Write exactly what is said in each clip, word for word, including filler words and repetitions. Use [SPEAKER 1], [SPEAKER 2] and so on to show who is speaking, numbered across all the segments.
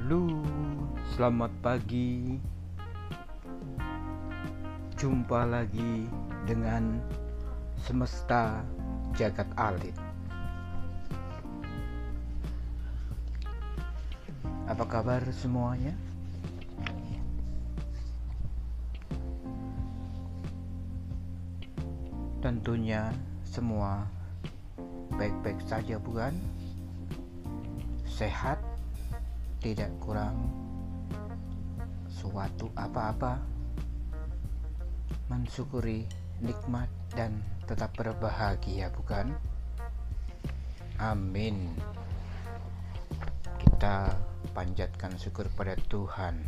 [SPEAKER 1] Halo, selamat pagi. Jumpa lagi dengan semesta jagat alit. Apa kabar semuanya? Tentunya semua baik-baik saja, bukan? Sehat, tidak kurang suatu apa-apa, mensyukuri nikmat dan tetap berbahagia, bukan? Amin. Kita panjatkan syukur pada Tuhan.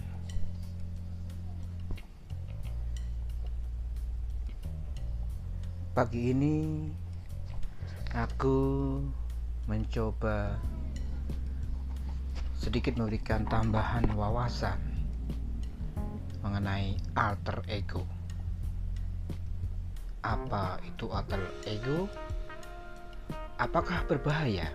[SPEAKER 1] Pagi ini aku mencoba sedikit memberikan tambahan wawasan mengenai alter ego. Apa itu alter ego? Apakah berbahaya?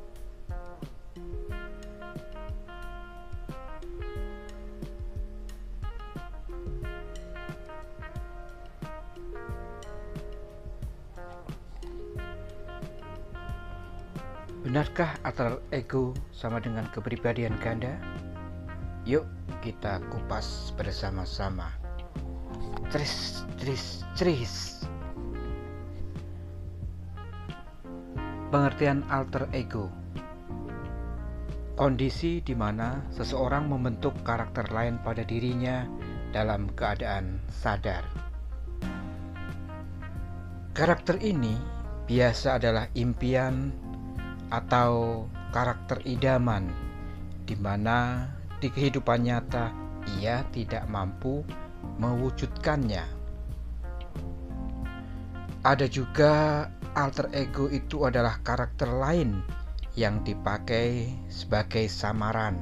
[SPEAKER 1] Benarkah alter ego sama dengan kepribadian ganda? Yuk kita kupas bersama-sama. Tris, tris, tris. Pengertian alter ego: kondisi di mana seseorang membentuk karakter lain pada dirinya dalam keadaan sadar. Karakter ini biasa adalah impian atau karakter idaman di mana di kehidupan nyata ia tidak mampu mewujudkannya. Ada juga alter ego itu adalah karakter lain yang dipakai sebagai samaran.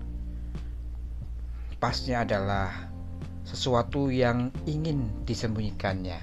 [SPEAKER 1] Pasnya adalah sesuatu yang ingin disembunyikannya.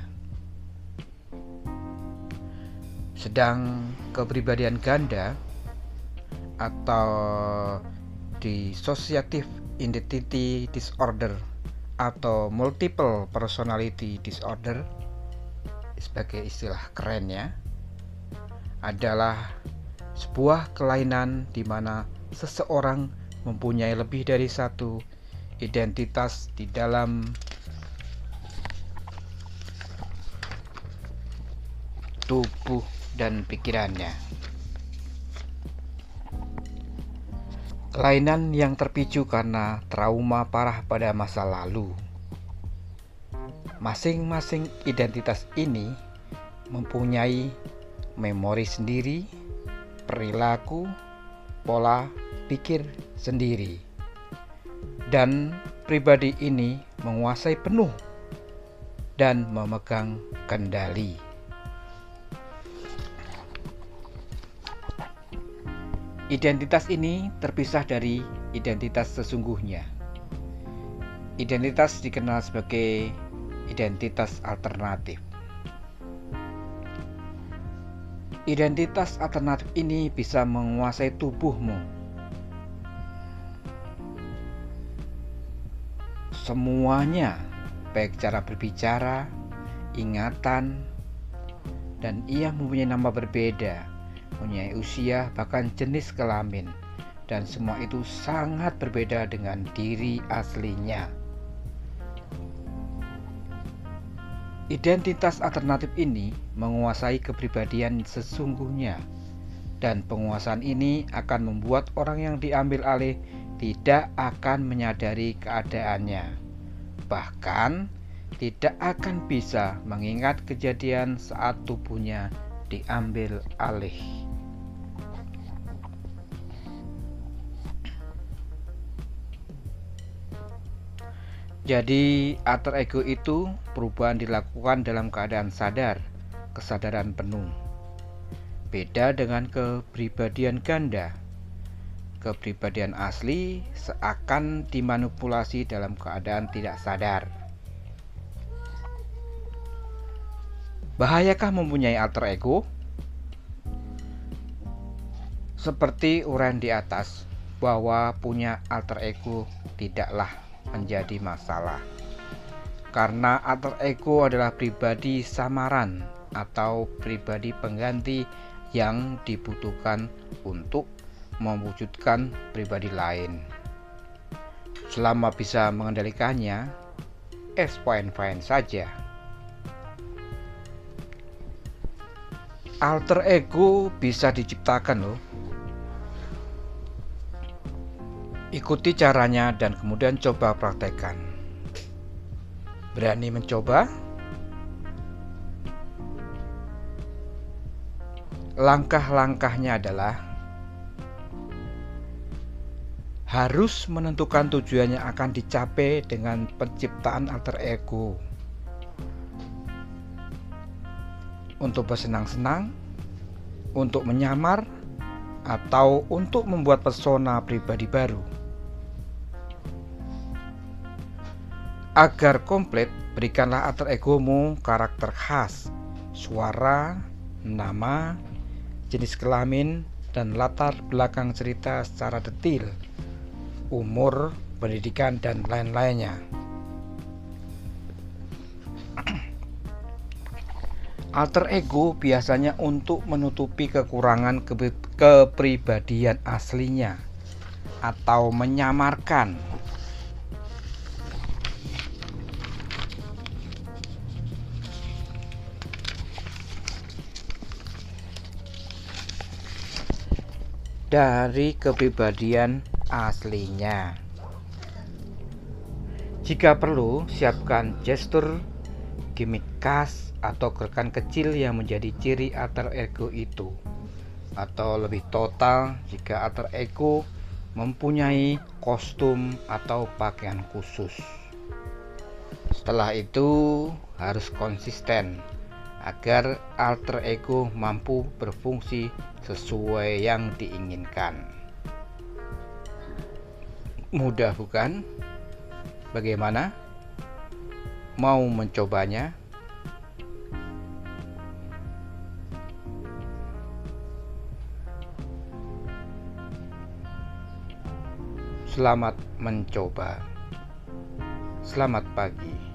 [SPEAKER 1] Sedang kepribadian ganda atau dissociative identity disorder atau multiple personality disorder sebagai istilah kerennya adalah sebuah kelainan di mana seseorang mempunyai lebih dari satu identitas di dalam tubuh dan pikirannya. Kelainan yang terpicu karena trauma parah pada masa lalu. Masing-masing identitas ini mempunyai memori sendiri, perilaku, pola pikir sendiri, dan pribadi ini menguasai penuh dan memegang kendali. Identitas ini terpisah dari identitas sesungguhnya. Identitas dikenal sebagai identitas alternatif. Identitas alternatif ini bisa menguasai tubuhmu. Semuanya, baik cara berbicara, ingatan, dan ia mempunyai nama berbeda, mempunyai usia, bahkan jenis kelamin, dan semua itu sangat berbeda dengan diri aslinya. Identitas alternatif ini menguasai kepribadian sesungguhnya, dan penguasaan ini akan membuat orang yang diambil alih tidak akan menyadari keadaannya, bahkan tidak akan bisa mengingat kejadian saat tubuhnya diambil alih. Jadi alter ego itu perubahan dilakukan dalam keadaan sadar, kesadaran penuh. Beda dengan kepribadian ganda. Kepribadian asli seakan dimanipulasi dalam keadaan tidak sadar. Bahayakah mempunyai alter ego? Seperti uraian di atas, bahwa punya alter ego tidaklah menjadi masalah, karena alter ego adalah pribadi samaran atau pribadi pengganti yang dibutuhkan untuk mewujudkan pribadi lain. Selama bisa mengendalikannya, es fine-fine saja. Alter ego bisa diciptakan loh. Ikuti caranya dan kemudian coba praktekkan. Berani mencoba? Langkah-langkahnya adalah harus menentukan tujuan yang akan dicapai dengan penciptaan alter ego. Untuk bersenang-senang, untuk menyamar, atau untuk membuat persona pribadi baru. Agar komplit, berikanlah alter egomu karakter khas, suara, nama, jenis kelamin, dan latar belakang cerita secara detail, umur, pendidikan, dan lain-lainnya. Alter ego biasanya untuk menutupi kekurangan ke- kepribadian aslinya atau menyamarkan. Dari kepribadian aslinya. Jika perlu, siapkan gestur, gimmick khas, atau gerakan kecil yang menjadi ciri alter ego itu. Atau lebih total jika alter ego mempunyai kostum atau pakaian khusus. Setelah itu harus konsisten agar alter ego mampu berfungsi sesuai yang diinginkan. Mudah bukan? Bagaimana? Mau mencobanya? Selamat mencoba. Selamat pagi.